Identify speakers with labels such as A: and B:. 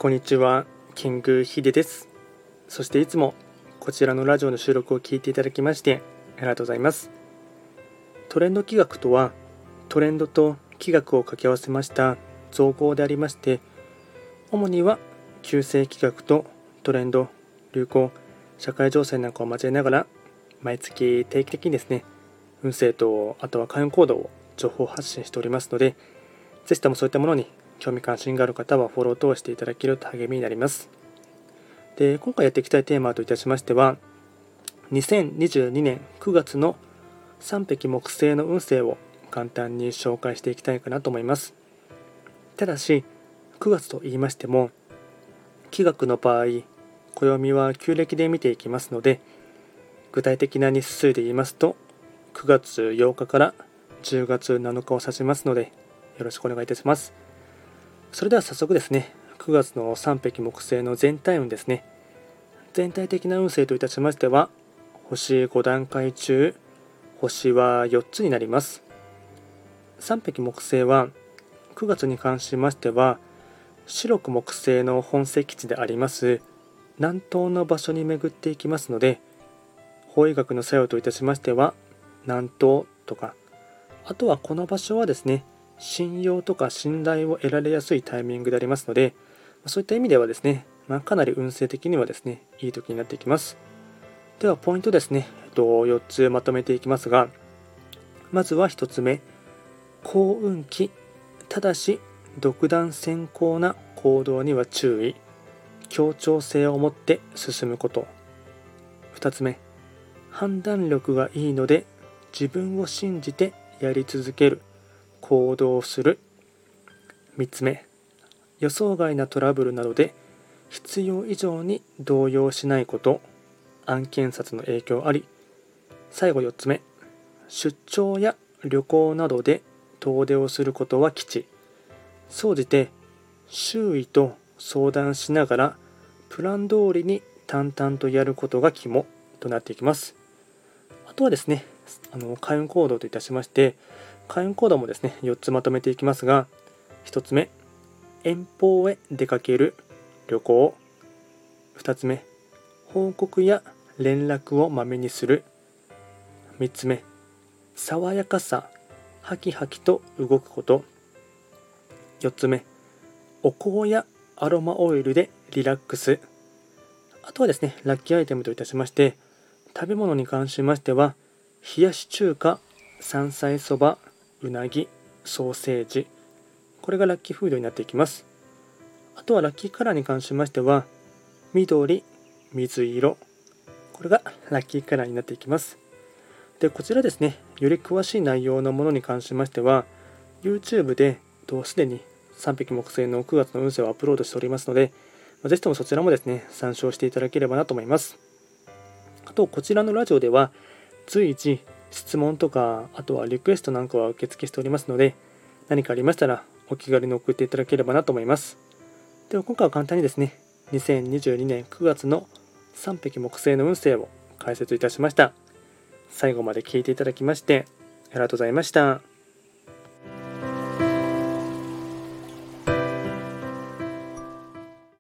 A: こんにちは、キングヒデです。そしていつもこちらのラジオの収録を聞いていただきましてありがとうございます。トレンド企画とは、トレンドと企画を掛け合わせました造語でありまして、主には旧世企画とトレンド、流行、社会情勢なんかを交えながら、毎月定期的にですね、運勢とあとは開運行動を情報発信しておりますので、ぜひともそういったものに興味関心がある方はフォロー等していただけると励みになります。で、今回やっていきたいテーマといたしましては、2022年9月の3匹木星の運勢を簡単に紹介していきたいかなと思います。ただし、9月と言いましても、気学の場合、暦は旧暦で見ていきますので、具体的な日数で言いますと、9月8日から10月7日を指しますので、よろしくお願いいたします。それでは早速ですね、9月の3匹木星の全体運ですね。全体的な運勢といたしましては、星5段階中、星は4つになります。3匹木星は、9月に関しましては、白く木星の本石地であります南東の場所に巡っていきますので、法医学の作用といたしましては、南東とか、あとはこの場所はですね、信用とか信頼を得られやすいタイミングでありますので、そういった意味ではですね、かなり運勢的にはですね、いい時になっていきます。ではポイントですね、4つまとめていきますが、まずは1つ目、幸運期、ただし独断専行な行動には注意、協調性を持って進むこと。2つ目、判断力がいいので自分を信じてやり続ける、行動する。3つ目、予想外なトラブルなどで必要以上に動揺しないこと、案件札の影響あり。最後4つ目、出張や旅行などで遠出をすることは吉。総じて周囲と相談しながらプラン通りに淡々とやることが肝となっていきます。あとはですね、開運行動といたしまして、開運行動もですね、4つまとめていきますが、1つ目、遠方へ出かける、旅行。2つ目、報告や連絡をまめにする。3つ目、爽やかさ、ハキハキと動くこと。4つ目、お香やアロマオイルでリラックス。あとはですね、ラッキーアイテムといたしまして、食べ物に関しましては、冷やし中華、山菜そば、うなぎ、ソーセージ。これがラッキーフードになっていきます。あとはラッキーカラーに関しましては、緑、水色。これがラッキーカラーになっていきます。で、こちらですね、より詳しい内容のものに関しましては、YouTube ですでに3匹木星の9月の運勢をアップロードしておりますので、ぜひともそちらもですね、参照していただければなと思います。あと、こちらのラジオでは、随時質問とか、あとはリクエストなんかは受付しておりますので、何かありましたらお気軽に送っていただければなと思います。では今回は簡単にですね、2022年9月の3匹木星の運勢を解説いたしました。最後まで聞いていただきましてありがとうございました。